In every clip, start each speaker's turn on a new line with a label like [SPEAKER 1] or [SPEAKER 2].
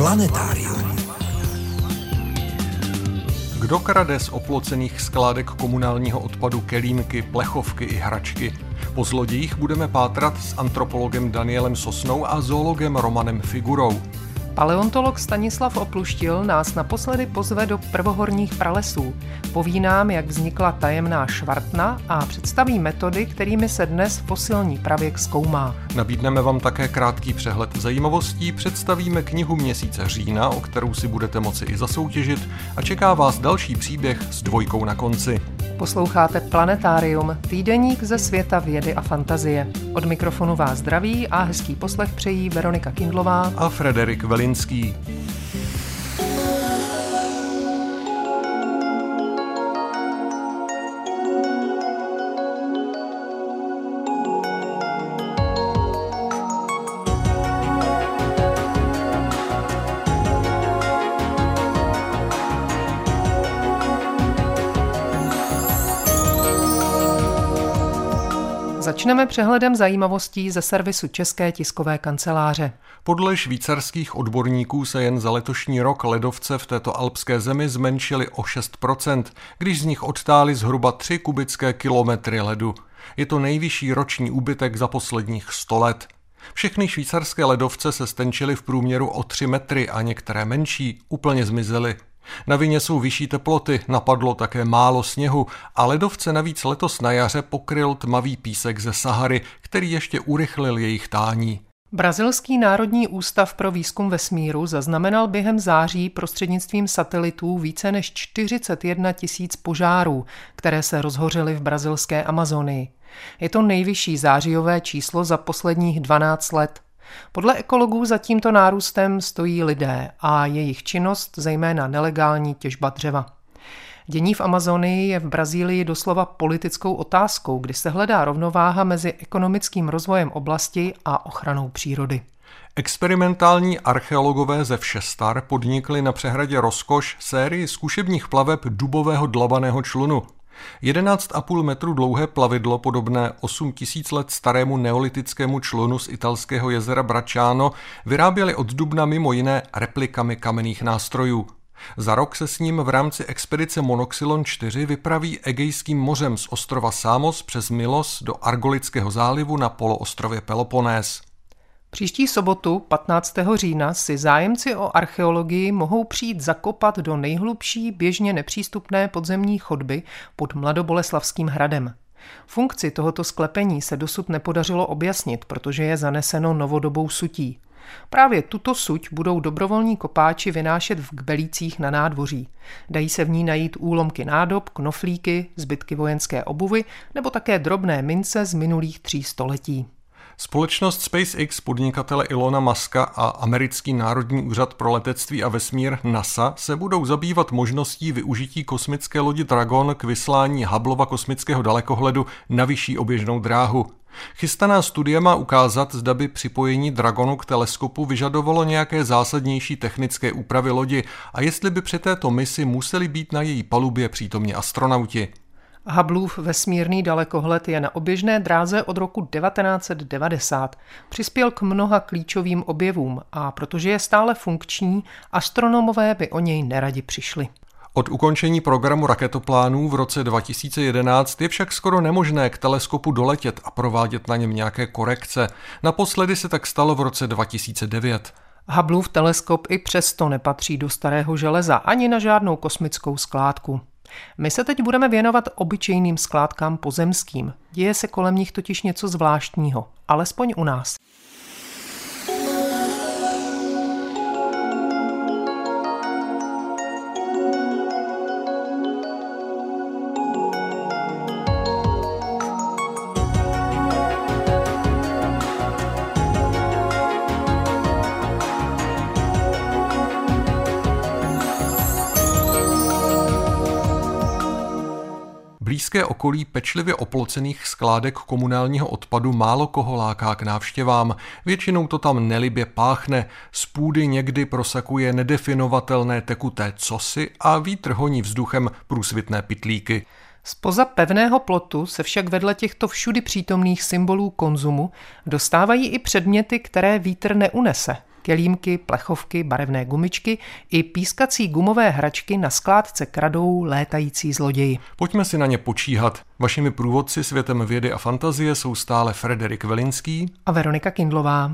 [SPEAKER 1] Planetárium.
[SPEAKER 2] Kdo krade z oplocených skládek komunálního odpadu kelímky, plechovky i hračky? Po zlodějích budeme pátrat s antropologem Danielem Sosnou a zoologem Romanem Figurou.
[SPEAKER 3] Paleontolog Stanislav Opluštil nás naposledy pozve do prvohorních pralesů. Poví nám, jak vznikla tajemná švartna a představí metody, kterými se dnes fosilní pravěk zkoumá.
[SPEAKER 2] Nabídneme vám také krátký přehled zajímavostí, představíme knihu měsíce října, o kterou si budete moci i zasoutěžit, a čeká vás další příběh s dvojkou na konci.
[SPEAKER 3] Posloucháte Planetárium, týdeník ze světa vědy a fantazie. Od mikrofonu vás zdraví a hezký poslech přejí Veronika Kindlová
[SPEAKER 2] a Frederik Velinský.
[SPEAKER 3] Začneme přehledem zajímavostí ze servisu České tiskové kanceláře.
[SPEAKER 2] Podle švýcarských odborníků se jen za letošní rok ledovce v této alpské zemi zmenšily o 6%, když z nich odtály zhruba 3 kubické kilometry ledu. Je to nejvyšší roční úbytek za posledních 100 let. Všechny švýcarské ledovce se stenčily v průměru o 3 metry a některé menší úplně zmizely. Na vině jsou vyšší teploty, napadlo také málo sněhu a ledovce navíc letos na jaře pokryl tmavý písek ze Sahary, který ještě urychlil jejich tání.
[SPEAKER 3] Brazilský národní ústav pro výzkum vesmíru zaznamenal během září prostřednictvím satelitů více než 41 000 požárů, které se rozhořely v brazilské Amazonii. Je to nejvyšší zářijové číslo za posledních 12 let. Podle ekologů za tímto nárůstem stojí lidé a jejich činnost, zejména nelegální těžba dřeva. Dění v Amazonii je v Brazílii doslova politickou otázkou, kdy se hledá rovnováha mezi ekonomickým rozvojem oblasti a ochranou přírody.
[SPEAKER 2] Experimentální archeologové ze Všestar podnikli na přehradě Rozkoš sérii zkušebních plaveb dubového dlabaného člunu. 11,5 metru dlouhé plavidlo podobné 8 000 let starému neolitickému člunu z italského jezera Bracciano vyráběli od dubna mimo jiné replikami kamenných nástrojů. Za rok se s ním v rámci expedice Monoxylon 4 vypraví Egejským mořem z ostrova Samos přes Milos do Argolického zálivu na poloostrově Peloponés.
[SPEAKER 3] Příští sobotu, 15. října, si zájemci o archeologii mohou přijít zakopat do nejhlubší běžně nepřístupné podzemní chodby pod Mladoboleslavským hradem. Funkci tohoto sklepení se dosud nepodařilo objasnit, protože je zaneseno novodobou sutí. Právě tuto suť budou dobrovolní kopáči vynášet v kbelících na nádvoří. Dají se v ní najít úlomky nádob, knoflíky, zbytky vojenské obuvy nebo také drobné mince z minulých 3 století.
[SPEAKER 2] Společnost SpaceX podnikatele Elona Muska a americký Národní úřad pro letectví a vesmír NASA se budou zabývat možností využití kosmické lodi Dragon k vyslání Hubbleova kosmického dalekohledu na vyšší oběžnou dráhu. Chystaná studie má ukázat, zda by připojení Dragonu k teleskopu vyžadovalo nějaké zásadnější technické úpravy lodi a jestli by při této misi museli být na její palubě přítomni astronauti.
[SPEAKER 3] Hubbleův vesmírný dalekohled je na oběžné dráze od roku 1990. Přispěl k mnoha klíčovým objevům a protože je stále funkční, astronomové by o něj neradi přišli.
[SPEAKER 2] Od ukončení programu raketoplánů v roce 2011 je však skoro nemožné k teleskopu doletět a provádět na něm nějaké korekce. Naposledy se tak stalo v roce 2009.
[SPEAKER 3] Hubbleův teleskop i přesto nepatří do starého železa ani na žádnou kosmickou skládku. My se teď budeme věnovat obyčejným skládkám pozemským. Děje se kolem nich totiž něco zvláštního, alespoň u nás.
[SPEAKER 2] Blízké okolí pečlivě oplocených skládek komunálního odpadu málo koho láká k návštěvám. Většinou to tam nelibě páchne, z půdy někdy prosakuje nedefinovatelné tekuté cosi a vítr honí vzduchem průsvitné pytlíky.
[SPEAKER 3] Zpoza pevného plotu se však vedle těchto všudy přítomných symbolů konzumu dostávají i předměty, které vítr neunese. kelímky, plechovky, barevné gumičky i pískací gumové hračky na skládce kradou létající zloději.
[SPEAKER 2] Pojďme si na ně počíhat. Vašimi průvodci světem vědy a fantazie jsou stále Frederik Velinský
[SPEAKER 3] a Veronika Kindlová.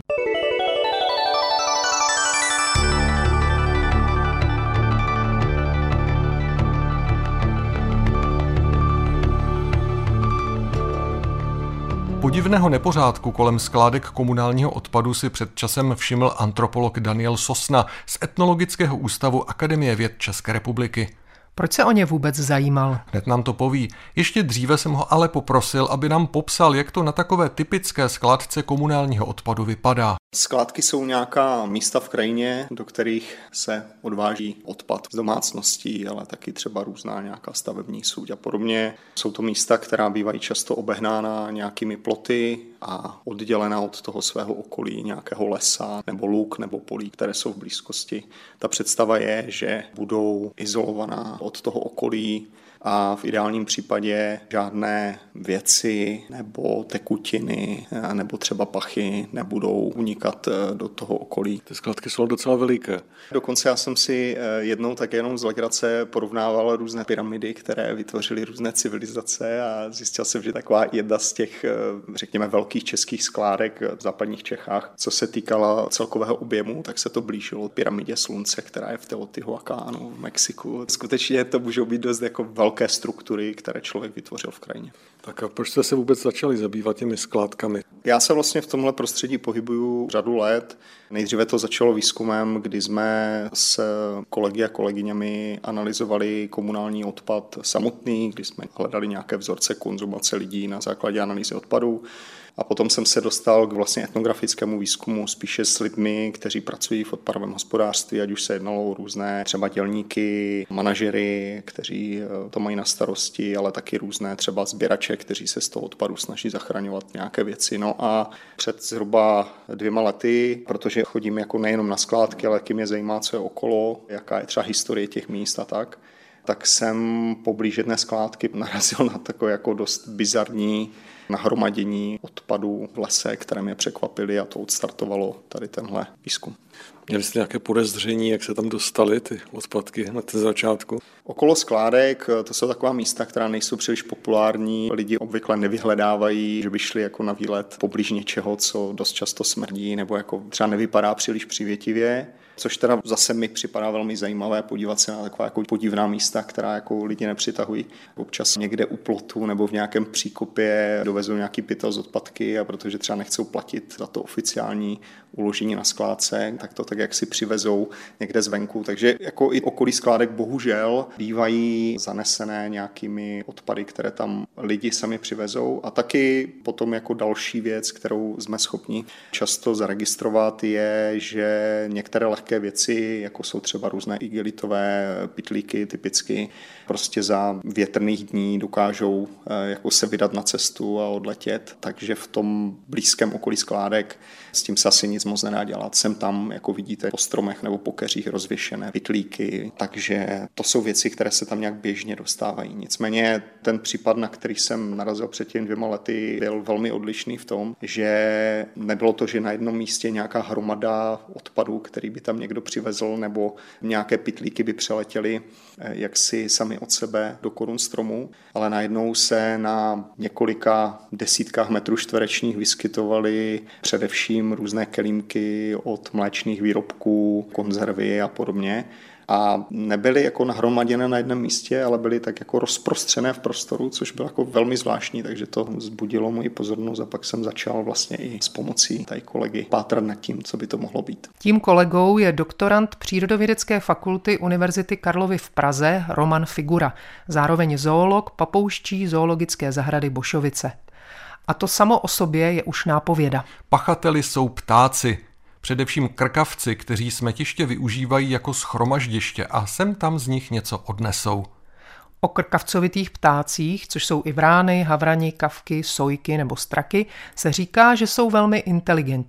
[SPEAKER 2] Podivného nepořádku kolem skládek komunálního odpadu si před časem všiml antropolog Daniel Sosna z Etnologického ústavu Akademie věd České republiky.
[SPEAKER 3] Proč se o ně vůbec zajímal?
[SPEAKER 2] Hned nám to poví. Ještě dříve jsem ho ale poprosil, aby nám popsal, jak to na takové typické skládce komunálního odpadu vypadá.
[SPEAKER 1] Skládky jsou nějaká místa v krajině, do kterých se odváží odpad z domácností, ale taky třeba různá nějaká stavební súť a podobně. Jsou to místa, která bývají často obehnána nějakými ploty a oddělena od toho svého okolí nějakého lesa nebo luk nebo polí, které jsou v blízkosti. Ta představa je, že budou izolovaná od toho okolí a v ideálním případě žádné věci nebo tekutiny nebo třeba pachy nebudou unikat do toho okolí.
[SPEAKER 2] Ty skládky jsou docela veliké.
[SPEAKER 1] Dokonce já jsem si jednou tak jenom z legrace porovnával různé pyramidy, které vytvořily různé civilizace a zjistil jsem, že taková jedna z těch, řekněme, velkých českých skládek v západních Čechách, co se týkala celkového objemu, tak se to blížilo pyramidě Slunce, která je v Teotihuacánu v Mexiku. Skutečně to můžou být dost jako velké struktury, které člověk vytvořil v krajině.
[SPEAKER 2] Tak a proč jste se vůbec začali zabývat těmi skládkami?
[SPEAKER 1] Já se vlastně v tomhle prostředí pohybuju řadu let. Nejdříve to začalo výzkumem, kdy jsme s kolegy a kolegyněmi analyzovali komunální odpad samotný, kdy jsme hledali nějaké vzorce konzumace lidí na základě analýzy odpadů. A potom jsem se dostal k vlastně etnografickému výzkumu spíše s lidmi, kteří pracují v odpadovém hospodářství, ať už se jednalo o různé třeba dělníky, manažery, kteří to mají na starosti, ale taky různé třeba sběrače, kteří se z toho odpadu snaží zachraňovat nějaké věci. No a před zhruba 2 lety, protože chodím jako nejenom na skládky, ale taky mě zajímá, co je okolo, jaká je třeba historie těch míst a tak jsem poblíž jedné skládky narazil na takové jako dost bizarní nahromadění odpadů v lese, které mě překvapily a to odstartovalo tady tenhle výzkum.
[SPEAKER 2] Měli jste nějaké podezření, jak se tam dostaly ty odpadky na té začátku?
[SPEAKER 1] Okolo skládek to jsou taková místa, která nejsou příliš populární. Lidi obvykle nevyhledávají, že by šli jako na výlet poblíž něčeho, co dost často smrdí nebo jako třeba nevypadá příliš přívětivě. Což teda zase mi připadá velmi zajímavé podívat se na taková jako podivná místa, která jako lidi nepřitahují. Občas někde u plotu nebo v nějakém příkopě dovezou nějaký pytel z odpadky a protože třeba nechcou platit za to oficiální uložení na skládce, tak to tak jak si přivezou někde zvenku. Takže jako i okolí skládek bohužel bývají zanesené nějakými odpady, které tam lidi sami přivezou. A taky potom jako další věc, kterou jsme schopni často zaregistrovat, je, že některé lehké věci, jako jsou třeba různé igelitové pytlíky typicky, prostě za větrných dní dokážou jako se vydat na cestu a odletět. Takže v tom blízkém okolí skládek s tím se asi nic moc nedá dělat. Sem tam, jako vidíte, po stromech nebo po keřích rozvěšené pytlíky. Takže to jsou věci, které se tam nějak běžně dostávají. Nicméně ten případ, na který jsem narazil před těmi 2 lety, byl velmi odlišný v tom, že nebylo to, že na jednom místě nějaká hromada odpadů, který by tam někdo přivezl, nebo nějaké pytlíky by přeletěly jaksi sami od sebe do korun stromu, ale najednou se na několika desítkách metrů čtverečních vyskytovaly především různé kelímky od mléčných výrobků, konzervy a podobně. A nebyly jako nahromaděné na jednom místě, ale byly tak jako rozprostřené v prostoru, což bylo jako velmi zvláštní, takže to vzbudilo moji pozornost a pak jsem začal vlastně i s pomocí tady kolegy pátrat nad tím, co by to mohlo být.
[SPEAKER 3] Tím kolegou je doktorand Přírodovědecké fakulty Univerzity Karlovy v Praze Roman Figura, zároveň zoolog Papouščí zoologické zahrady Bošovice. A to samo o sobě je už nápověda.
[SPEAKER 2] Pachateli jsou ptáci. Především krkavci, kteří smetiště využívají jako shromaždiště a sem tam z nich něco odnesou.
[SPEAKER 3] O krkavcovitých ptácích, což jsou i vrány, havrani, kavky, sojky nebo straky, se říká, že jsou velmi inteligentní.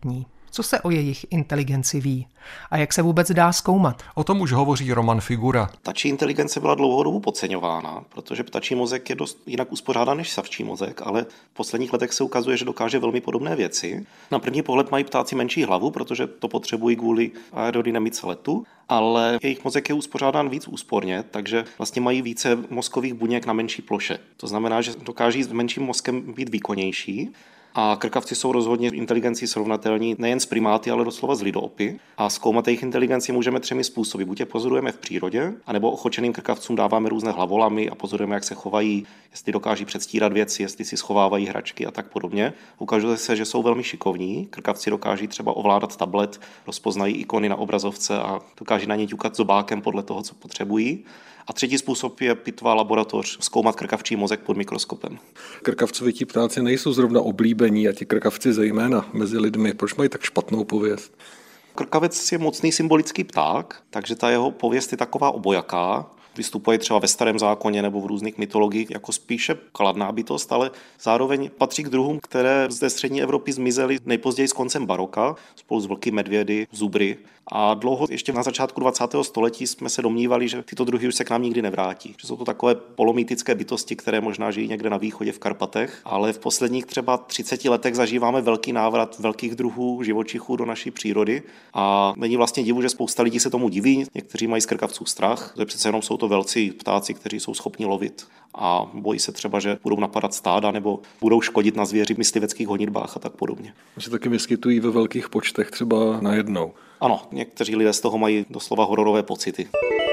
[SPEAKER 3] Co se o jejich inteligenci ví? A jak se vůbec dá zkoumat?
[SPEAKER 2] O tom už hovoří Roman Figura.
[SPEAKER 4] Ptačí inteligence byla dlouhou dobu podceňována, protože ptačí mozek je dost jinak uspořádán než savčí mozek, ale v posledních letech se ukazuje, že dokáže velmi podobné věci. Na první pohled mají ptáci menší hlavu, protože to potřebují kvůli aerodynamice letu, ale jejich mozek je uspořádán víc úsporně, takže vlastně mají více mozkových buněk na menší ploše. To znamená, že dokáží s menším mozkem být výkonnější. A krkavci jsou rozhodně inteligencí srovnatelní nejen s primáty, ale doslova s lidoopy. A zkoumat jejich inteligenci můžeme 3 způsoby. Buď je pozorujeme v přírodě, anebo ochočeným krkavcům dáváme různé hlavolamy a pozorujeme, jak se chovají, jestli dokáží předstírat věci, jestli si schovávají hračky a tak podobně. Ukazuje se, že jsou velmi šikovní. Krkavci dokáží třeba ovládat tablet, rozpoznají ikony na obrazovce a dokáží na ně ťukat zobákem podle toho, co potřebují. A třetí způsob je pitvá laboratoř, zkoumat krkavčí mozek pod mikroskopem.
[SPEAKER 5] Krkavcovití ptáci nejsou zrovna oblíbení a ti krkavci zejména mezi lidmi. Proč mají tak špatnou pověst?
[SPEAKER 4] Krkavec je mocný symbolický pták, takže ta jeho pověst je taková obojaká. Vystupuje třeba ve Starém zákoně nebo v různých mytologiích jako spíše kladná bytost, ale zároveň patří k druhům, které ze střední Evropy zmizely nejpozději s koncem baroka, spolu s vlky, medvědy, zubry. A dlouho, ještě na začátku 20. století, jsme se domnívali, že tyto druhy už se k nám nikdy nevrátí. Že jsou to takové polomýtické bytosti, které možná žijí někde na východě v Karpatech, ale v posledních třeba 30 letech zažíváme velký návrat velkých druhů živočichů do naší přírody. A není vlastně divu, že spousta lidí se tomu diví, někteří mají z krkavců strach, že přece jenom jsou to velcí ptáci, kteří jsou schopni lovit a bojí se třeba, že budou napadat stáda nebo budou škodit na zvěři v mysliveckých honitbách a tak podobně.
[SPEAKER 5] Se taky vyskytují ve velkých počtech, třeba najednou.
[SPEAKER 4] Ano, někteří lidé z toho mají doslova hororové pocity.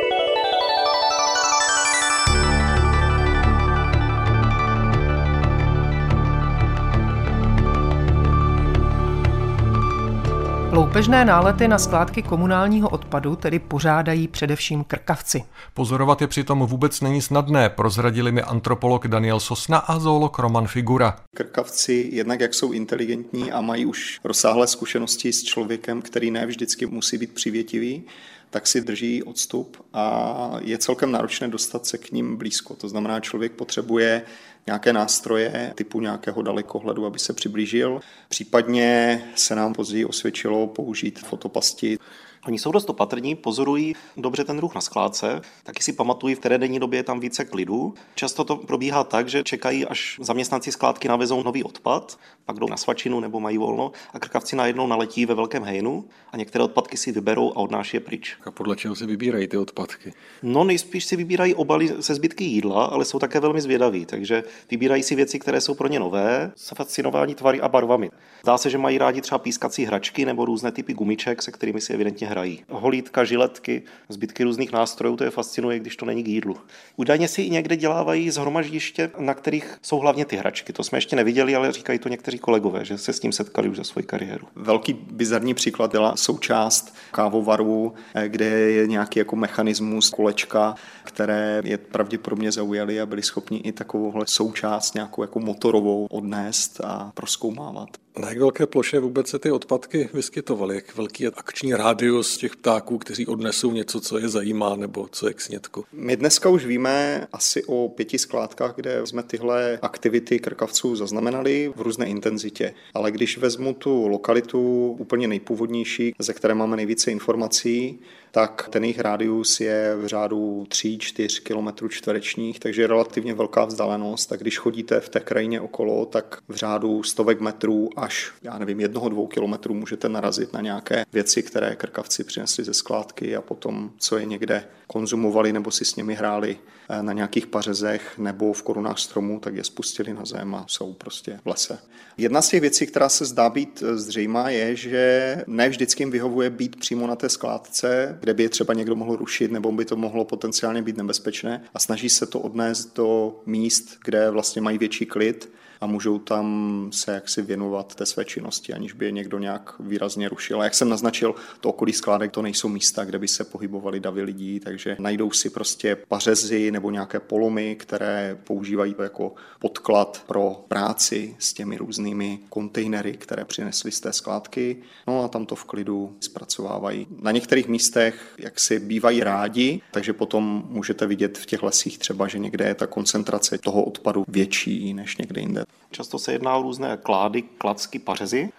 [SPEAKER 3] Loupežné nálety na skládky komunálního odpadu tedy pořádají především krkavci.
[SPEAKER 2] Pozorovat je přitom vůbec není snadné, prozradili mi antropolog Daniel Sosna a zoolog Roman Figura.
[SPEAKER 1] Krkavci jednak jak jsou inteligentní a mají už rozsáhlé zkušenosti s člověkem, který ne vždycky musí být přívětivý, tak si drží odstup a je celkem náročné dostat se k ním blízko. To znamená, člověk potřebuje nějaké nástroje typu nějakého dalekohledu, aby se přiblížil. Případně se nám později osvědčilo použít fotopasti.
[SPEAKER 4] Oni jsou dost opatrní, pozorují dobře ten druh na skládce, taky si pamatují, v které denní době je tam více klidu. Často to probíhá tak, že čekají, až zaměstnanci skládky navezou nový odpad, pak jdou na svačinu nebo mají volno a krkavci najednou naletí ve velkém hejnu a některé odpadky si vyberou a odnáší je pryč.
[SPEAKER 5] A podle čeho se vybírají ty odpadky?
[SPEAKER 4] No nejspíš si vybírají obaly se zbytky jídla, ale jsou také velmi zvědaví, takže vybírají si věci, které jsou pro ně nové, jsou fascinováni tvary a barvami. Zdá se, že mají rádi třeba pískací hračky nebo různé typy gumiček, se kterými si evidentně hrají. Holítka, žiletky, zbytky různých nástrojů, to je fascinuje, když to není k jídlu. Údajně si i někde dělávají shromaždiště, na kterých jsou hlavně ty hračky. To jsme ještě neviděli, ale říkají to někteří kolegové, že se s tím setkali už za svoji kariéru.
[SPEAKER 1] Velký bizarní příklad byla součást kávovaru, kde je nějaký jako mechanismus kolečka, které je pravděpodobně zaujaly a byli schopni i takovouhle součást nějakou jako motorovou odnést a prozkoumávat.
[SPEAKER 5] Na jak velké ploše vůbec se ty odpadky vyskytovaly? Jak velký je akční rádius těch ptáků, kteří odnesou něco, co je zajímá nebo co je k snědku?
[SPEAKER 1] My dneska už víme asi o 5 skládkách, kde jsme tyhle aktivity krkavců zaznamenali v různé intenzitě. Ale když vezmu tu lokalitu úplně nejpůvodnější, ze které máme nejvíce informací, tak ten jejich rádius je v řádu 3-4 km čtverečních, takže je relativně velká vzdálenost. A když chodíte v té krajině okolo, tak v řádu stovek metrů až, 1-2 kilometrů můžete narazit na nějaké věci, které krkavci přinesli ze skládky a potom, co je někde konzumovali nebo si s nimi hráli na nějakých pařezech nebo v korunách stromů, tak je spustili na zem a jsou prostě v lese. Jedna z těch věcí, která se zdá být zřejmá, je, že ne vždycky jim vyhovuje být přímo na té skládce, kde by je třeba někdo mohl rušit nebo by to mohlo potenciálně být nebezpečné a snaží se to odnést do míst, kde vlastně mají větší klid a můžou tam se jaksi věnovat té své činnosti, aniž by je někdo nějak výrazně rušil. A jak jsem naznačil, to okolí skládek to nejsou místa, kde by se pohybovali davy lidí, takže najdou si prostě pařezy nebo nějaké polomy, které používají jako podklad pro práci s těmi různými kontejnery, které přinesli z té skládky. No a tam to v klidu zpracovávají. Na některých místech jaksi bývají rádi, takže potom můžete vidět v těch lesích třeba, že někde je ta koncentrace toho odpadu větší než někde jinde.
[SPEAKER 4] Často se jedná o různé klády, klacky, pařezy,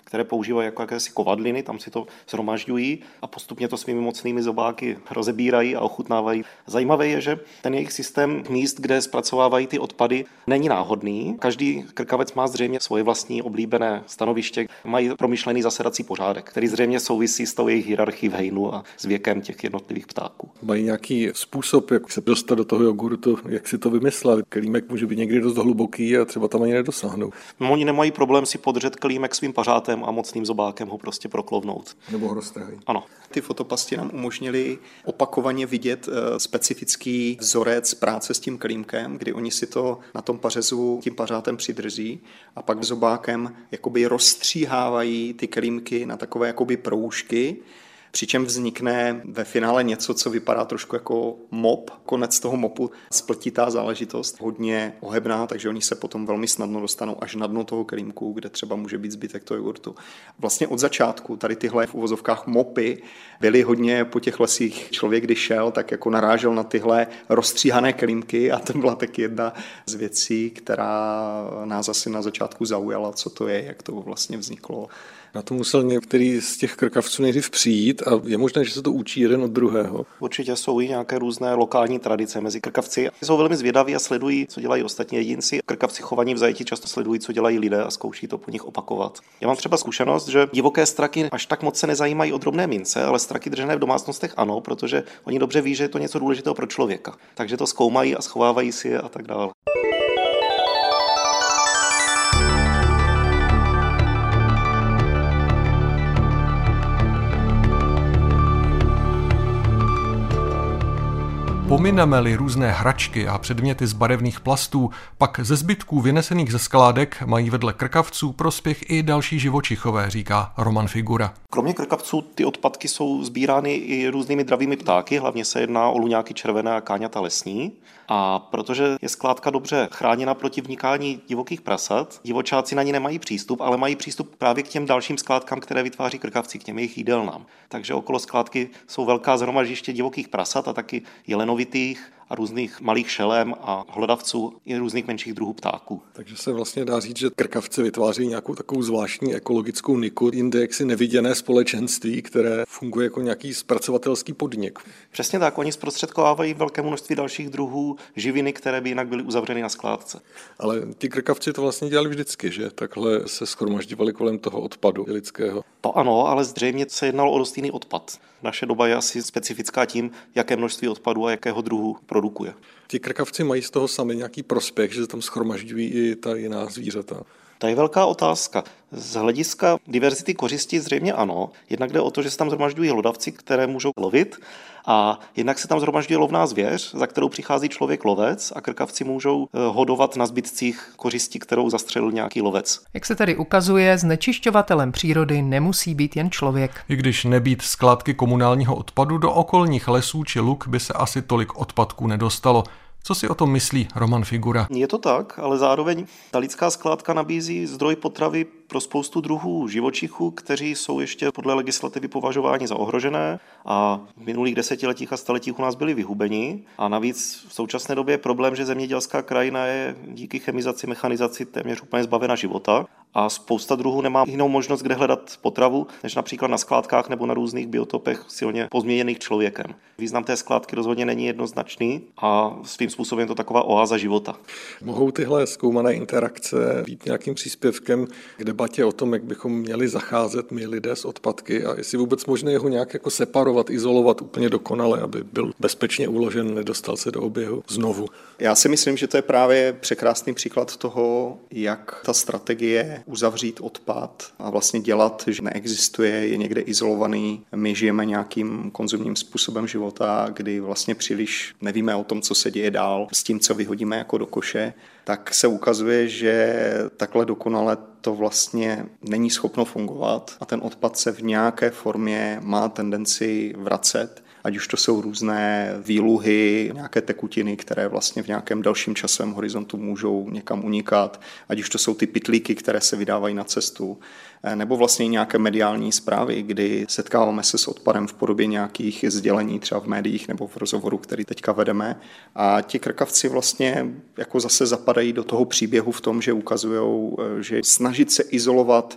[SPEAKER 4] které používají jako jakési kovadliny, tam si to shromažďují a postupně to svými mocnými zobáky rozebírají a ochutnávají. Zajímavé je, že ten jejich systém míst, kde zpracovávají ty odpady, není náhodný. Každý krkavec má zřejmě svoje vlastní oblíbené stanoviště, mají promyšlený zasedací pořádek, který zřejmě souvisí s tou jejich hierarchií v hejnu a s věkem těch jednotlivých ptáků.
[SPEAKER 5] Mají nějaký způsob, jak se dostat do toho jogurtu, jak si to vymyslel. Kelímek může být někdy dost hluboký a třeba tam ani nedosáhnou.
[SPEAKER 4] Oni nemají problém si podřet kelímek svým pařátem a mocným zobákem ho prostě proklovnout.
[SPEAKER 5] Nebo ho roztrhají.
[SPEAKER 4] Ano.
[SPEAKER 1] Ty fotopasti nám umožnili opakovaně vidět specifický vzorec práce s tím kelímkem, kdy oni si to na tom pařezu tím pařátem přidrží a pak zobákem jakoby rozstříhávají ty kelímky na takové jakoby proužky, přičem vznikne ve finále něco, co vypadá trošku jako mop. Konec toho mopu spltitá záležitost, hodně ohebná, takže oni se potom velmi snadno dostanou až na dno toho kelímku, kde třeba může být zbytek toho jogurtu. Vlastně od začátku tady tyhle v uvozovkách mopy byly hodně po těch lesích. Člověk, když šel, tak jako narážel na tyhle rozstříhané kelímky a to byla taky jedna z věcí, která nás asi na začátku zaujala, co to je, jak to vlastně vzniklo.
[SPEAKER 5] Na to musel některý z těch krkavců nejdřív přijít a je možné, že se to učí jeden od druhého.
[SPEAKER 4] Určitě jsou i nějaké různé lokální tradice mezi krkavci. Jsou velmi zvědaví a sledují, co dělají ostatní jedinci. Krkavci chovaní v zajetí často sledují, co dělají lidé a zkouší to po nich opakovat. Já mám třeba zkušenost, že divoké straky až tak moc se nezajímají o drobné mince, ale straky držené v domácnostech ano, protože oni dobře ví, že je to něco důležitého pro člověka. Takže to zkoumají a schovávají si je a tak dále.
[SPEAKER 2] Pomineme-li různé hračky a předměty z barevných plastů, pak ze zbytků vynesených ze skládek mají vedle krkavců prospěch i další živočichové, říká Roman Figura.
[SPEAKER 4] Kromě krkavců ty odpadky jsou sbírány i různými dravými ptáky, hlavně se jedná o luňáky červené a káňata lesní. A protože je skládka dobře chráněna proti vnikání divokých prasat, divočáci na ní nemají přístup, ale mají přístup právě k těm dalším skládkám, které vytváří krkavci, k těm jejich jídelnám. Takže okolo skládky jsou velká shromaždiště divokých prasat a taky jelenovitých a různých malých šelem a hlodavců i různých menších druhů ptáků.
[SPEAKER 5] Takže se vlastně dá říct, že krkavci vytváří nějakou takovou zvláštní ekologickou niku, jinde jaksi neviděné společenství, které funguje jako nějaký zpracovatelský podnik.
[SPEAKER 4] Přesně tak, oni zprostředkovávají velké množství dalších druhů živiny, které by jinak byly uzavřeny na skládce.
[SPEAKER 5] Ale ti krkavci to vlastně dělali vždycky, že? Takhle se shromažďovali kolem toho odpadu lidského.
[SPEAKER 4] To ano, ale zřejmě se jednalo o dost jiný odpad. Naše doba je asi specifická tím, jaké množství odpadu a jakého druhu produkuje.
[SPEAKER 5] Ti krkavci mají z toho sami nějaký prospěch, že se tam shromažďují i ta jiná zvířata.
[SPEAKER 4] To je velká otázka. Z hlediska diverzity kořisti zřejmě ano. Jednak jde o to, že se tam shromažďují hlodavci, které můžou lovit, a jednak se tam shromažďuje lovná zvěř, za kterou přichází člověk lovec a krkavci můžou hodovat na zbytcích kořisti, kterou zastřelil nějaký lovec.
[SPEAKER 3] Jak se tedy ukazuje, znečišťovatelem přírody nemusí být jen člověk.
[SPEAKER 2] I když nebýt skládky komunálního odpadu, do okolních lesů či luk by se asi tolik odpadků nedostalo. Co si o tom myslí Roman Figura?
[SPEAKER 4] Je to tak, ale zároveň ta lidská skládka nabízí zdroj potravy pro spoustu druhů živočichů, kteří jsou ještě podle legislativy považováni za ohrožené a v minulých desetiletích a staletích u nás byli vyhubeni. A navíc v současné době je problém, že zemědělská krajina je díky chemizaci, mechanizaci téměř úplně zbavena života a spousta druhů nemá jinou možnost, kde hledat potravu, než například na skládkách nebo na různých biotopech silně pozměněných člověkem. Význam té skládky rozhodně není jednoznačný a svým způsobem je to taková oáza života.
[SPEAKER 5] Mohou tyhle zkoumané interakce být nějakým příspěvkem k debatě o tom, jak bychom měli zacházet my lidé s odpadky a jestli vůbec možné ho nějak jako separovat, izolovat úplně dokonale, aby byl bezpečně uložen, nedostal se do oběhu znovu.
[SPEAKER 1] Já si myslím, že to je právě překrásný příklad toho, jak ta strategie uzavřít odpad a vlastně dělat, že neexistuje, je někde izolovaný. My žijeme nějakým konzumním způsobem života, kdy vlastně příliš nevíme o tom, co se děje dál s tím, co vyhodíme jako do koše, tak se ukazuje, že takhle dokonale to vlastně není schopno fungovat a ten odpad se v nějaké formě má tendenci vracet. Ať už to jsou různé výluhy, nějaké tekutiny, které vlastně v nějakém dalším časovém horizontu můžou někam unikat, ať už to jsou ty pytlíky, které se vydávají na cestu, nebo vlastně nějaké mediální zprávy, kdy setkáváme se s odpadem v podobě nějakých sdělení třeba v médiích nebo v rozhovoru, který teďka vedeme. A ti krkavci vlastně jako zase zapadají do toho příběhu v tom, že ukazujou, že snažit se izolovat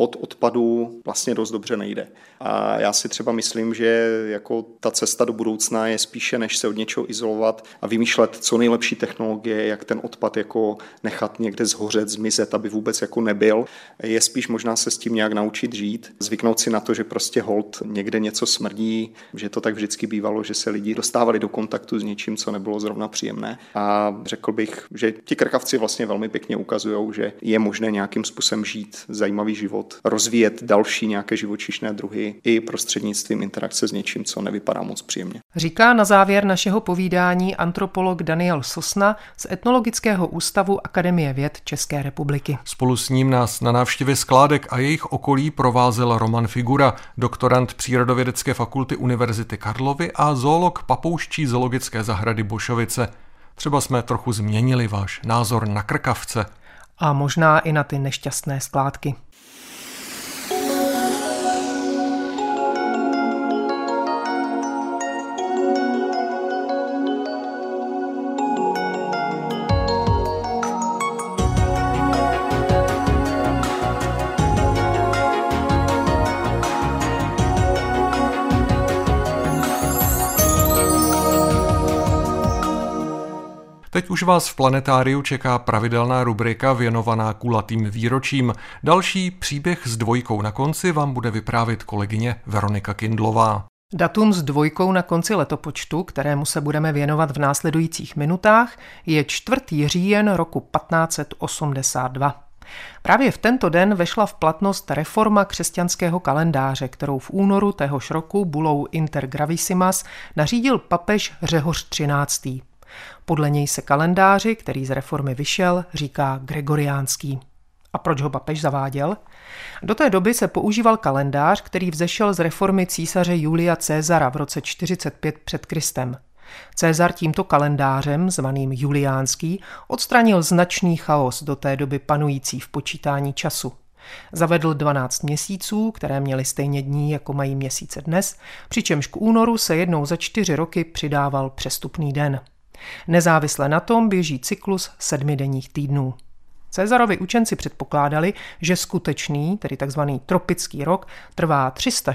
[SPEAKER 1] od odpadu vlastně dost dobře nejde. A já si třeba myslím, že jako ta cesta do budoucna je spíše, než se od něčeho izolovat a vymýšlet co nejlepší technologie, jak ten odpad jako nechat někde zhořet, zmizet, aby vůbec jako nebyl. Je spíš možná se s tím nějak naučit žít, zvyknout si na to, že prostě hold někde něco smrdí, že to tak vždycky bývalo, že se lidi dostávali do kontaktu s něčím, co nebylo zrovna příjemné. A řekl bych, že ti krkavci vlastně velmi pěkně ukazují, že je možné nějakým způsobem žít zajímavý život, rozvíjet další nějaké živočišné druhy i prostřednictvím interakce s něčím, co nevypadá moc příjemně.
[SPEAKER 3] Říká na závěr našeho povídání antropolog Daniel Sosna z Etnologického ústavu Akademie věd České republiky.
[SPEAKER 2] Spolu s ním nás na návštěvě skládek a jejich okolí provázel Roman Figura, doktorand Přírodovědecké fakulty Univerzity Karlovy a zoolog Papouščí zoologické zahrady Bošovice. Třeba jsme trochu změnili váš názor na krkavce.
[SPEAKER 3] A možná i na ty nešťastné skládky.
[SPEAKER 2] Teď už vás v Planetáriu čeká pravidelná rubrika věnovaná kulatým výročím. Další příběh s dvojkou na konci vám bude vyprávět kolegyně Veronika Kindlová.
[SPEAKER 3] Datum s dvojkou na konci letopočtu, kterému se budeme věnovat v následujících minutách, je 4. říjen roku 1582. Právě v tento den vešla v platnost reforma křesťanského kalendáře, kterou v únoru téhož roku bulou Inter Gravissimas nařídil papež Řehoř XIII. Podle něj se kalendáři, který z reformy vyšel, říká gregoriánský. A proč ho papež zaváděl? Do té doby se používal kalendář, který vzešel z reformy císaře Julia Caesara v roce 45 před Kristem. Caesar tímto kalendářem, zvaným juliánský, odstranil značný chaos do té doby panující v počítání času. Zavedl 12 měsíců, které měly stejně dní, jako mají měsíce dnes, přičemž k únoru se jednou za 4 roky přidával přestupný den. Nezávisle na tom běží cyklus 7denních týdnů. Caesarovi učenci předpokládali, že skutečný, tedy takzvaný tropický rok, trvá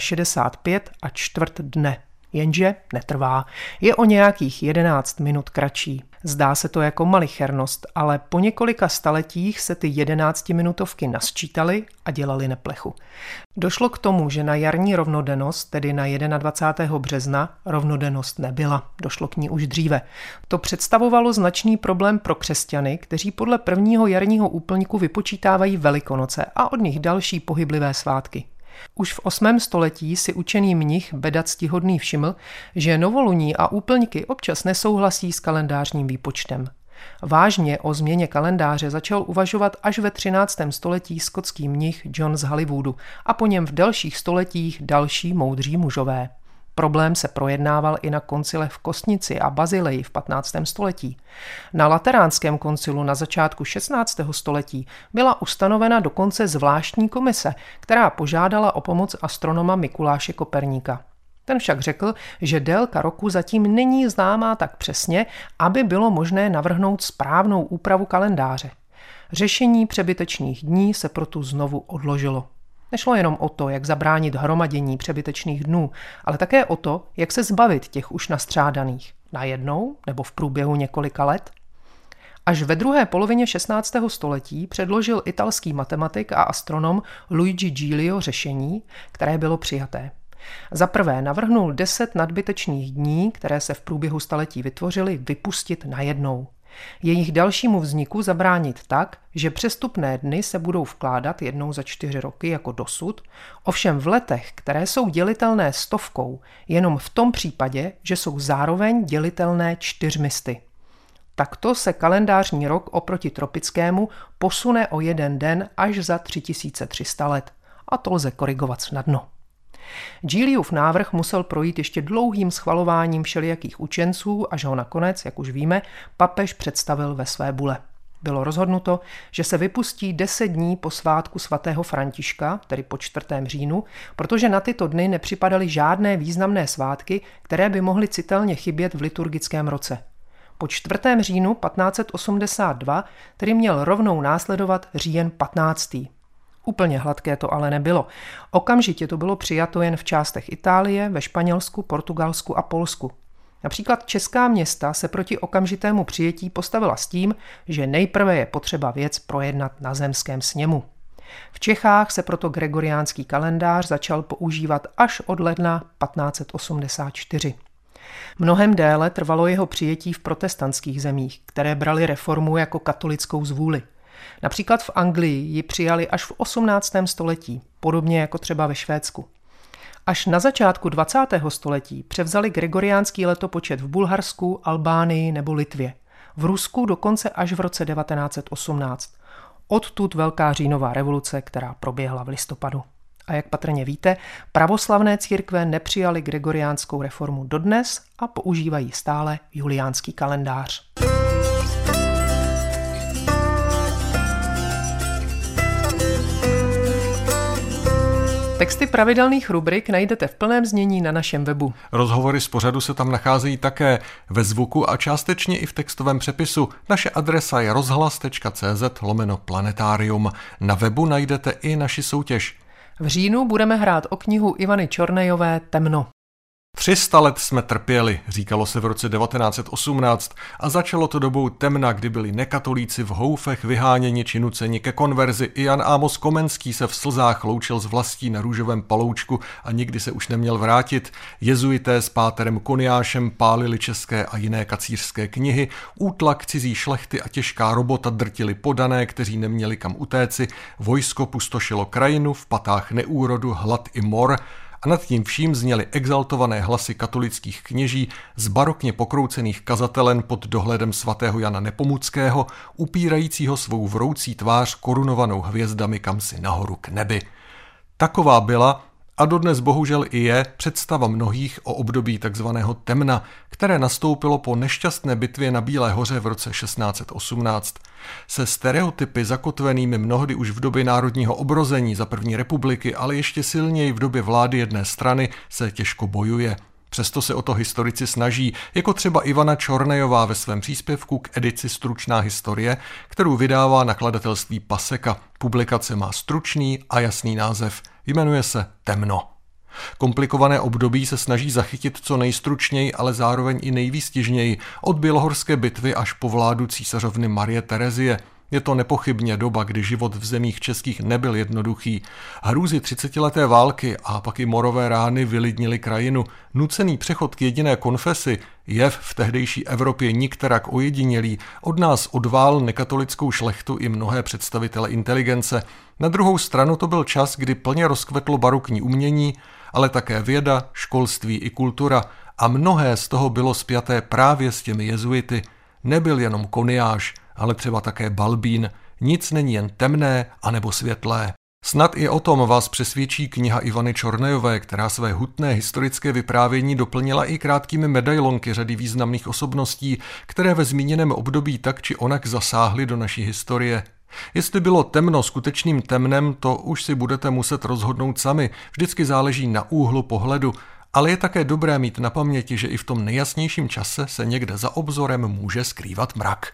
[SPEAKER 3] 365 a čtvrt dne. Jenže netrvá. Je o nějakých 11 minut kratší. Zdá se to jako malichernost, ale po několika staletích se ty 11minutovky nasčítaly a dělaly neplechu. Došlo k tomu, že na jarní rovnodennost, tedy na 21. března, rovnodennost nebyla. Došlo k ní už dříve. To představovalo značný problém pro křesťany, kteří podle prvního jarního úplňku vypočítávají Velikonoce a od nich další pohyblivé svátky. Už v 8. století si učený mnich Beda Ctihodný všiml, že novoluní a úplňky občas nesouhlasí s kalendářním výpočtem. Vážně o změně kalendáře začal uvažovat až ve 13. století skotský mnich John z Hollywoodu a po něm v dalších stoletích další moudří mužové. Problém se projednával i na koncilech v Kostnici a Bazileji v 15. století. Na Lateránském koncilu na začátku 16. století byla ustanovena dokonce zvláštní komise, která požádala o pomoc astronoma Mikuláše Koperníka. Ten však řekl, že délka roku zatím není známá tak přesně, aby bylo možné navrhnout správnou úpravu kalendáře. Řešení přebytečných dní se proto znovu odložilo. Nešlo jenom o to, jak zabránit hromadění přebytečných dnů, ale také o to, jak se zbavit těch už nastřádaných. Najednou nebo v průběhu několika let? Až ve druhé polovině 16. století předložil italský matematik a astronom Luigi Giglio řešení, které bylo přijaté. Za prvé navrhnul 10 nadbytečných dní, které se v průběhu staletí vytvořily, vypustit najednou. Jejich dalšímu vzniku zabránit tak, že přestupné dny se budou vkládat jednou za 4 roky jako dosud, ovšem v letech, které jsou dělitelné 100, jenom v tom případě, že jsou zároveň dělitelné 400. Takto se kalendářní rok oproti tropickému posune o 1 den až za 3300 let. A to lze korigovat snadno. Gigliův návrh musel projít ještě dlouhým schvalováním všelijakých učenců, až ho nakonec, jak už víme, papež představil ve své bule. Bylo rozhodnuto, že se vypustí 10 dní po svátku svatého Františka, tedy po 4. říjnu, protože na tyto dny nepřipadaly žádné významné svátky, které by mohly citelně chybět v liturgickém roce. Po 4. říjnu 1582 tedy měl rovnou následovat říjen 15. Úplně hladké to ale nebylo. Okamžitě to bylo přijato jen v částech Itálie, ve Španělsku, Portugalsku a Polsku. Například česká města se proti okamžitému přijetí postavila s tím, že nejprve je potřeba věc projednat na zemském sněmu. V Čechách se proto gregoriánský kalendář začal používat až od ledna 1584. Mnohem déle trvalo jeho přijetí v protestantských zemích, které brali reformu jako katolickou zvůli. Například v Anglii ji přijali až v 18. století, podobně jako třeba ve Švédsku. Až na začátku 20. století převzali gregoriánský letopočet v Bulharsku, Albánii nebo Litvě. V Rusku dokonce až v roce 1918. Odtud Velká říjnová revoluce, která proběhla v listopadu. A jak patrně víte, pravoslavné církve nepřijaly gregoriánskou reformu dodnes a používají stále juliánský kalendář. Texty pravidelných rubrik najdete v plném znění na našem webu.
[SPEAKER 2] Rozhovory z pořadu se tam nacházejí také ve zvuku a částečně i v textovém přepisu. Naše adresa je rozhlas.cz/planetarium. Na webu najdete i naši soutěž.
[SPEAKER 3] V říjnu budeme hrát o knihu Ivany Čornejové Temno.
[SPEAKER 2] 300 let jsme trpěli, říkalo se v roce 1918 a začalo to dobou temna, kdy byli nekatolíci v houfech vyháněni či nuceni ke konverzi. I Jan Amos Komenský se v slzách loučil s vlastí na růžovém paloučku a nikdy se už neměl vrátit. Jezuité s páterem Koniášem pálili české a jiné kacířské knihy, útlak cizí šlechty a těžká robota drtili podané, kteří neměli kam utéci, vojsko pustošilo krajinu, v patách neúrodu, hlad i mor. A nad tím vším zněly exaltované hlasy katolických kněží z barokně pokroucených kazatelen pod dohledem svatého Jana Nepomuckého, upírajícího svou vroucí tvář korunovanou hvězdami kamsi nahoru k nebi. Taková byla a dodnes bohužel i je představa mnohých o období takzvaného temna, které nastoupilo po nešťastné bitvě na Bílé hoře v roce 1618. Se stereotypy zakotvenými mnohdy už v době národního obrození za první republiky, ale ještě silněji v době vlády jedné strany se těžko bojuje. Přesto se o to historici snaží, jako třeba Ivana Čornejová ve svém příspěvku k edici Stručná historie, kterou vydává nakladatelství Paseka. Publikace má stručný a jasný název. Jmenuje se Temno. Komplikované období se snaží zachytit co nejstručněji, ale zároveň i nejvýstižněji, od bělohorské bitvy až po vládu císařovny Marie Terezie. Je to nepochybně doba, kdy život v zemích českých nebyl jednoduchý. Hrůzy 30leté války a pak i morové rány vylidnily krajinu. Nucený přechod k jediné konfesi, jev v tehdejší Evropě nikterak ojedinělý, od nás odvál nekatolickou šlechtu i mnohé představitele inteligence. Na druhou stranu to byl čas, kdy plně rozkvetlo barokní umění, ale také věda, školství i kultura a mnohé z toho bylo spjaté právě s těmi jezuity. Nebyl jenom Koniáš, ale třeba také Balbín. Nic není jen temné anebo světlé. Snad i o tom vás přesvědčí kniha Ivany Čornejové, která své hutné historické vyprávění doplnila i krátkými medailonky řady významných osobností, které ve zmíněném období tak či onak zasáhly do naší historie. Jestli bylo temno skutečným temnem, to už si budete muset rozhodnout sami. Vždycky záleží na úhlu pohledu, ale je také dobré mít na paměti, že i v tom nejjasnějším čase se někde za obzorem může skrývat mrak.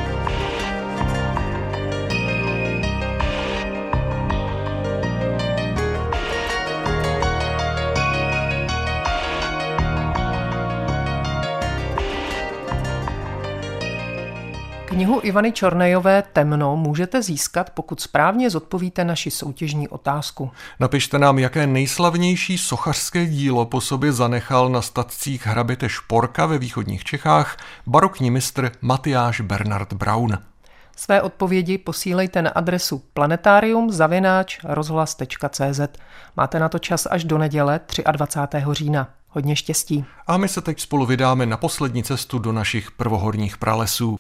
[SPEAKER 3] Knihu Ivany Čornejové Temno můžete získat, pokud správně zodpovíte naši soutěžní otázku.
[SPEAKER 2] Napište nám, jaké nejslavnější sochařské dílo po sobě zanechal na statcích hraběte Šporka ve východních Čechách barokní mistr Matyáš Bernard Braun.
[SPEAKER 3] Své odpovědi posílejte na adresu planetarium@rozhlas.cz. Máte na to čas až do neděle 23. října. Hodně štěstí.
[SPEAKER 2] A my se teď spolu vydáme na poslední cestu do našich prvohorních pralesů.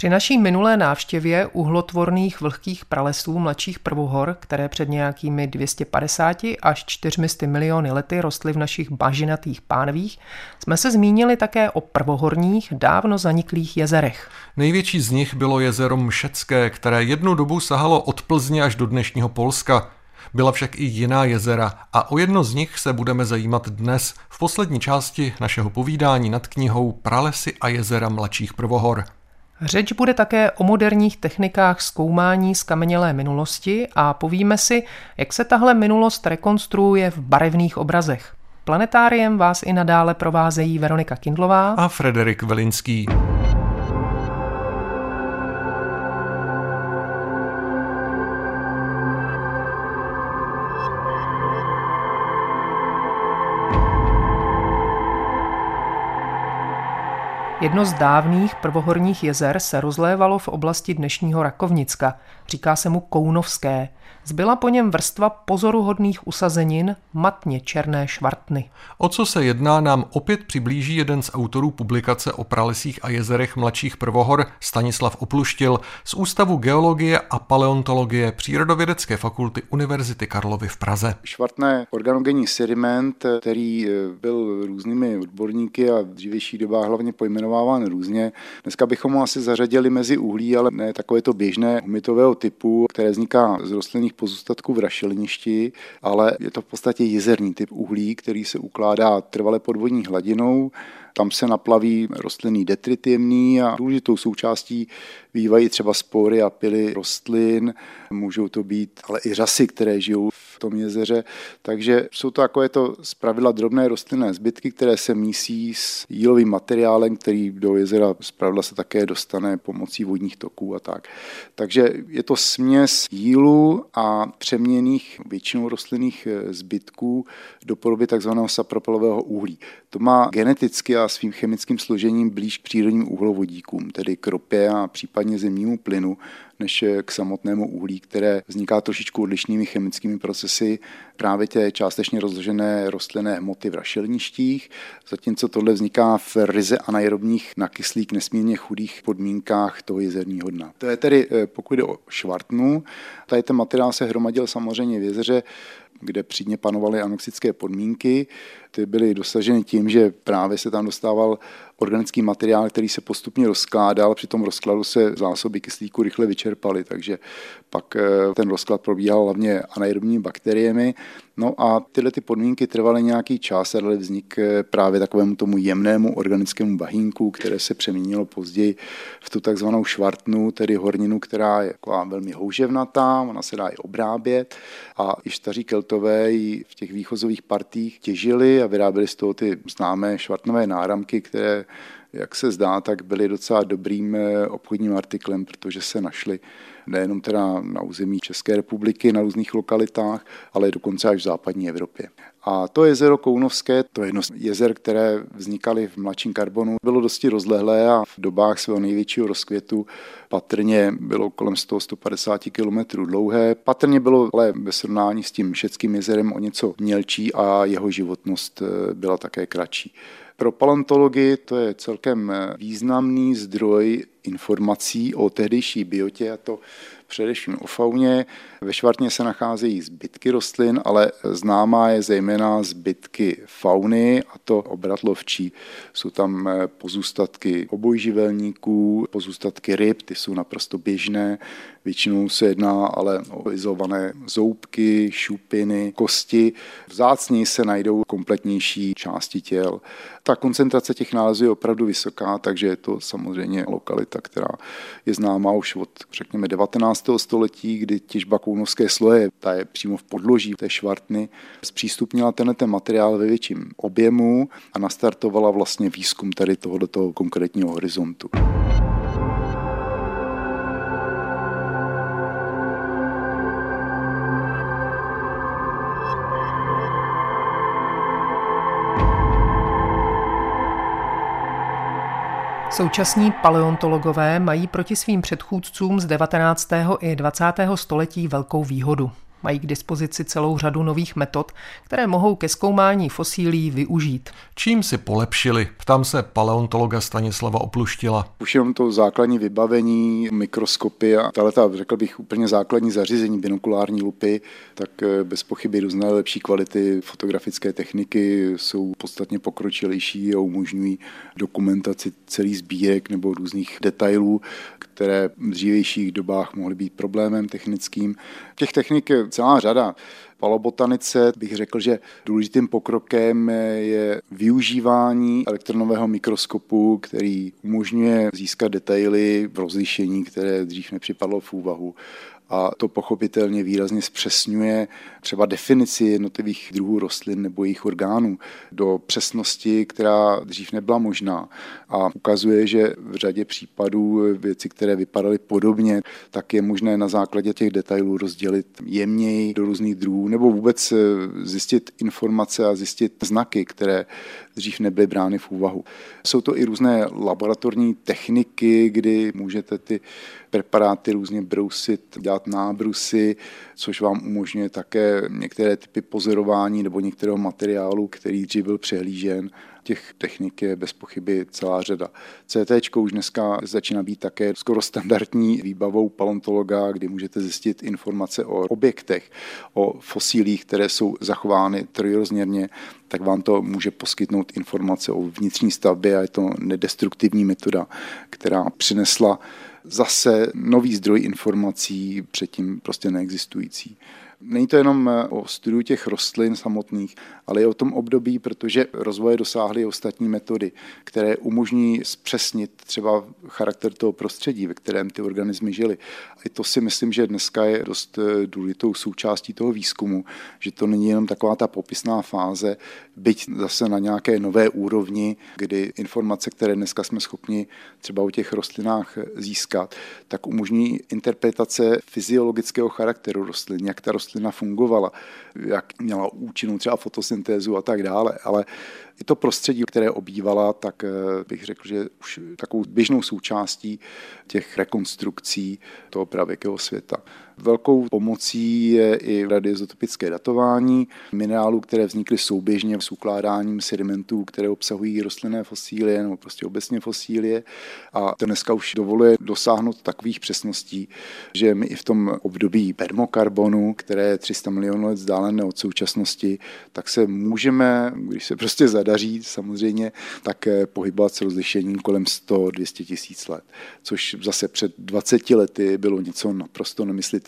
[SPEAKER 3] Při naší minulé návštěvě uhlotvorných vlhkých pralesů mladších prvohor, které před nějakými 250 až 400 miliony lety rostly v našich bažinatých pánvích, jsme se zmínili také o prvohorních, dávno zaniklých jezerech.
[SPEAKER 2] Největší z nich bylo jezero Mšecké, které jednu dobu sahalo od Plzně až do dnešního Polska. Byla však i jiná jezera a o jedno z nich se budeme zajímat dnes v poslední části našeho povídání nad knihou Pralesy a jezera mladších prvohor.
[SPEAKER 3] Řeč bude také o moderních technikách zkoumání zkamenělé minulosti a povíme si, jak se tahle minulost rekonstruuje v barevných obrazech. Planetáriem vás i nadále provázejí Veronika Kindlová
[SPEAKER 2] a Frederik Velinský.
[SPEAKER 3] Jedno z dávných prvohorních jezer se rozlévalo v oblasti dnešního Rakovnicka. Říká se mu Kounovské. Zbyla po něm vrstva pozoruhodných usazenin, matně černé švartny.
[SPEAKER 2] O co se jedná, nám opět přiblíží jeden z autorů publikace o pralesích a jezerech mladších prvohor, Stanislav Opluštil, z Ústavu geologie a paleontologie Přírodovědecké fakulty Univerzity Karlovy v Praze.
[SPEAKER 6] Švartné organogenní sediment, který byl různými odborníky a v dřívějších dobách hlavně pojmenováván různě. Dneska bychom ho asi zařadili mezi uhlí, ale ne takovéto běžné humitového typu, které vzniká z rostlinných pozůstatků v rašeliništi, ale je to v podstatě jezerní typ uhlí, který se ukládá trvale pod vodní hladinou. Tam se naplaví rostlinný detrit jemný a důležitou součástí bývají třeba spory a pily rostlin, můžou to být ale i řasy, které žijou v tom jezeře. Takže jsou to takovéto zpravidla drobné rostlinné zbytky, které se mísí s jílovým materiálem, který do jezera zpravidla se také dostane pomocí vodních toků a tak. Takže je to směs jílu a přeměněných většinou rostlinných zbytků do podoby takzvaného sapropelového uhlí. To má geneticky a svým chemickým složením blíž k přírodním uhlovodíkům, tedy k ropě a případně zemnímu plynu, než k samotnému uhlí, které vzniká trošičku odlišnými chemickými procesy právě té částečně rozložené rostlinné hmoty v rašeliništích, zatímco tohle vzniká v ryze anaerobních na kyslík nesmírně chudých podmínkách toho jezerního dna. To je tedy, pokud jde o švartnu, tady ten materiál se hromadil samozřejmě v jezeře, kde při dně panovaly anoxické podmínky. Ty byly dosaženy tím, že právě se tam dostával organický materiál, který se postupně rozkládal. Při tom rozkladu se zásoby kyslíku rychle vyčerpaly, takže pak ten rozklad probíhal hlavně anaerobními bakteriemi. No a tyhle ty podmínky trvaly nějaký čas a dali vznik právě takovému tomu jemnému organickému bahínku, které se přeměnilo později v tu takzvanou švartnu, tedy horninu, která je taková velmi houževnatá, ona se dá i obrábět a i staří Keltové ji v těch výchozových partích těžili a vyráběli z toho ty známé švartnové náramky, které, jak se zdá, tak byly docela dobrým obchodním artiklem, protože se našly nejenom teda na území České republiky, na různých lokalitách, ale dokonce až v západní Evropě. A to jezero Kounovské, to je jedno z jezer, které vznikaly v mladším karbonu, bylo dosti rozlehlé a v dobách svého největšího rozkvětu patrně bylo kolem 100-150 km dlouhé. Patrně bylo ale ve srovnání s tím Mšeckým jezerem o něco mělčí a jeho životnost byla také kratší. Pro paleontologii to je celkem významný zdroj informací o tehdejší biotě, a to především o fauně. Ve švartně se nacházejí zbytky rostlin, ale známá je zejména zbytky fauny, a to obratlovčí. Jsou tam pozůstatky obojživelníků, pozůstatky ryb, ty jsou naprosto běžné. Většinou se jedná ale o izolované zoubky, šupiny, kosti. Vzácněji se najdou kompletnější části těl. Ta koncentrace těch nálezů je opravdu vysoká, takže je to samozřejmě lokalita, která je známá už od, řekněme, 19. století, kdy těžba kounovské sloje, ta je přímo v podloží té švartny, zpřístupnila ten materiál ve větším objemu a nastartovala vlastně výzkum tady tohoto konkrétního horizontu.
[SPEAKER 3] Současní paleontologové mají proti svým předchůdcům z 19. i 20. století velkou výhodu. Mají k dispozici celou řadu nových metod, které mohou ke zkoumání fosílií využít.
[SPEAKER 2] Čím si polepšili? Ptám se paleontologa Stanislava Opluštila.
[SPEAKER 6] Už jenom to základní vybavení, mikroskopy a řekl bych úplně základní zařízení, binokulární lupy, tak bez pochyby různé lepší kvality fotografické techniky jsou podstatně pokročilejší a umožňují dokumentaci celých sbírek nebo různých detailů, které v dřívějších dobách mohly být problémem technickým. Těch technik je celá řada. V palobotanice bych řekl, že důležitým pokrokem je využívání elektronového mikroskopu, který umožňuje získat detaily v rozlišení, které dřív nepřipadlo v úvahu. A to pochopitelně výrazně zpřesňuje třeba definici jednotlivých druhů rostlin nebo jejich orgánů do přesnosti, která dřív nebyla možná. A ukazuje, že v řadě případů věci, které vypadaly podobně, tak je možné na základě těch detailů rozdělit jemněji do různých druhů nebo vůbec zjistit informace a zjistit znaky, které dřív nebyly brány v úvahu. Jsou to i různé laboratorní techniky, kdy můžete ty preparáty různě brousit, dělat nábrusy, což vám umožňuje také některé typy pozorování nebo některého materiálu, který dřív byl přehlížen. Těch technik je bez pochyby celá řada. CT už dneska začíná být také skoro standardní výbavou paleontologa, kdy můžete zjistit informace o objektech, o fosílích, které jsou zachovány trojrozměrně, tak vám to může poskytnout informace o vnitřní stavbě a je to nedestruktivní metoda, která přinesla zase nový zdroj informací, předtím prostě neexistující. Není to jenom o studiu těch rostlin samotných, ale i o tom období, protože rozvoje dosáhly i ostatní metody, které umožní zpřesnit třeba charakter toho prostředí, ve kterém ty organismy žily. A i to si myslím, že dneska je dost důležitou součástí toho výzkumu, že to není jenom taková ta popisná fáze, byť zase na nějaké nové úrovni, kdy informace, které dneska jsme schopni třeba o těch rostlinách získat, tak umožní interpretace fyziologického charakteru rostlin, jak ta rostlina fungovala, jak měla účinnou třeba fotosyntézu a tak dále, ale i to prostředí, které obývala, tak bych řekl, že už takovou běžnou součástí těch rekonstrukcí toho pravěkého světa. Velkou pomocí je i radioizotopické datování minerálů, které vznikly souběžně s ukládáním sedimentů, které obsahují rostlinné fosílie nebo prostě obecně fosílie. A to dneska už dovoluje dosáhnout takových přesností, že my i v tom období permokarbonu, které je 300 milionů let vzdálené od současnosti, tak se můžeme, když se prostě zadaří samozřejmě, tak pohybovat s rozlišením kolem 100-200 tisíc let, což zase před 20 lety bylo něco naprosto nemyslitelného.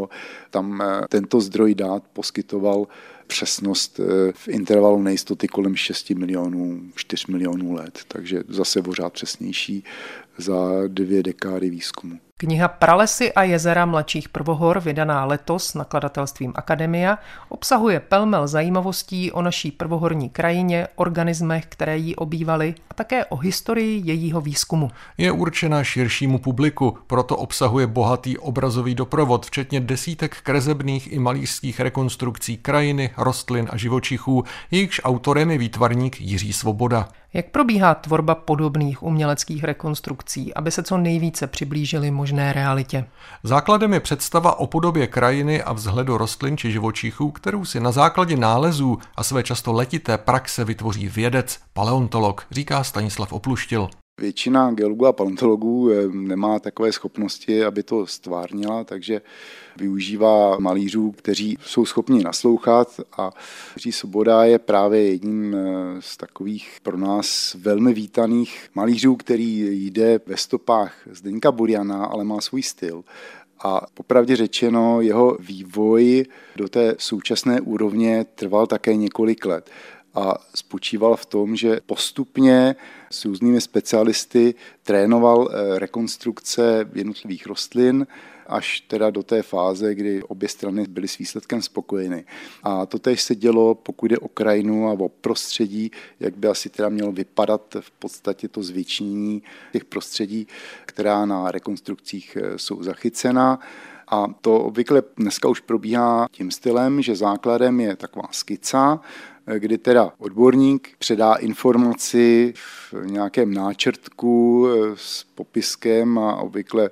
[SPEAKER 6] Tam tento zdroj dát poskytoval přesnost v intervalu nejistoty kolem 6 milionů, 4 milionů let, takže zase pořád přesnější za 2 dekády výzkumu.
[SPEAKER 3] Kniha Pralesy a jezera mladších prvohor, vydaná letos nakladatelstvím Akademia, obsahuje pelmel zajímavostí o naší prvohorní krajině, organismech, které ji obývaly, a také o historii jejího výzkumu.
[SPEAKER 2] Je určena širšímu publiku, proto obsahuje bohatý obrazový doprovod, včetně desítek kresebných i malířských rekonstrukcí krajiny, rostlin a živočichů, jejichž autorem je výtvarník Jiří Svoboda.
[SPEAKER 3] Jak probíhá tvorba podobných uměleckých rekonstrukcí, aby se co nejvíce přiblížily možné realitě?
[SPEAKER 2] Základem je představa o podobě krajiny a vzhledu rostlin či živočichů, kterou si na základě nálezů a své často letité praxe vytvoří vědec, paleontolog, říká Stanislav Opluštil.
[SPEAKER 6] Většina geologů a paleontologů nemá takové schopnosti, aby to stvárnila, takže využívá malířů, kteří jsou schopni naslouchat, a Jiří Svoboda je právě jedním z takových pro nás velmi vítaných malířů, který jde ve stopách Zdeňka Buriana, ale má svůj styl. A popravdě řečeno, jeho vývoj do té současné úrovně trval také několik let. A spočíval v tom, že postupně s různými specialisty trénoval rekonstrukce jednotlivých rostlin až teda do té fáze, kdy obě strany byly s výsledkem spokojeny. A to též se dělo, pokud jde o krajinu a o prostředí, jak by asi teda mělo vypadat v podstatě to zvětšení těch prostředí, která na rekonstrukcích jsou zachycena. A to obvykle dneska už probíhá tím stylem, že základem je taková skica, kdy teda odborník předá informaci v nějakém náčrtku s popiskem a obvykle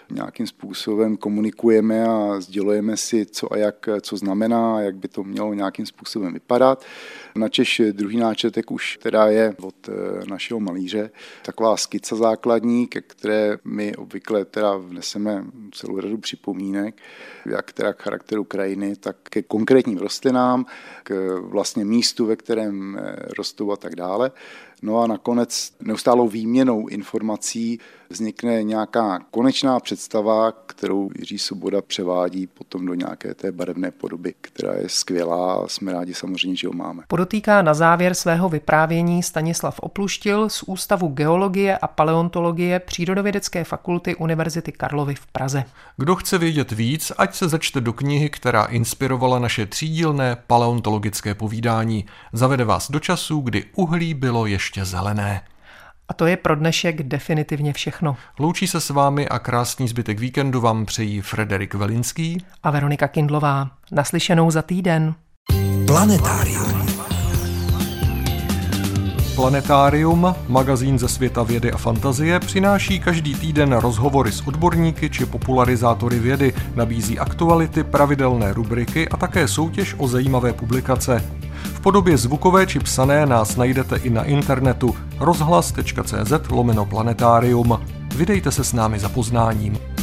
[SPEAKER 6] nějakým způsobem komunikujeme a sdělujeme si, co a jak, co znamená, jak by to mělo nějakým způsobem vypadat. Načež druhý náčetek už teda je od našeho malíře taková skica základní, ke které my obvykle teda vneseme celou řadu připomínek, jak teda k charakteru krajiny, tak ke konkrétním rostlinám, k vlastně místu, ve kterém rostou a tak dále. No a nakonec neustálou výměnou informací vznikne nějaká konečná představa, kterou Jiří Svoboda převádí potom do nějaké té barevné podoby, která je skvělá a jsme rádi samozřejmě, že ho máme.
[SPEAKER 3] Podotýká na závěr svého vyprávění Stanislav Opluštil z Ústavu geologie a paleontologie Přírodovědecké fakulty Univerzity Karlovy v Praze.
[SPEAKER 2] Kdo chce vědět víc, ať se začte do knihy, která inspirovala naše třídílné paleontologické povídání. Zavede vás do časů, kdy uhlí bylo ještě zelené.
[SPEAKER 3] A to je pro dnešek definitivně všechno.
[SPEAKER 2] Loučí se s vámi a krásný zbytek víkendu vám přejí Frederik Velinský
[SPEAKER 3] a Veronika Kindlová. Naslyšenou za týden.
[SPEAKER 2] Planetárium. Planetárium, magazín ze světa vědy a fantazie, přináší každý týden rozhovory s odborníky či popularizátory vědy, nabízí aktuality, pravidelné rubriky a také soutěž o zajímavé publikace. V podobě zvukové či psané nás najdete i na internetu rozhlas.cz/planetárium. Vydejte se s námi za poznáním.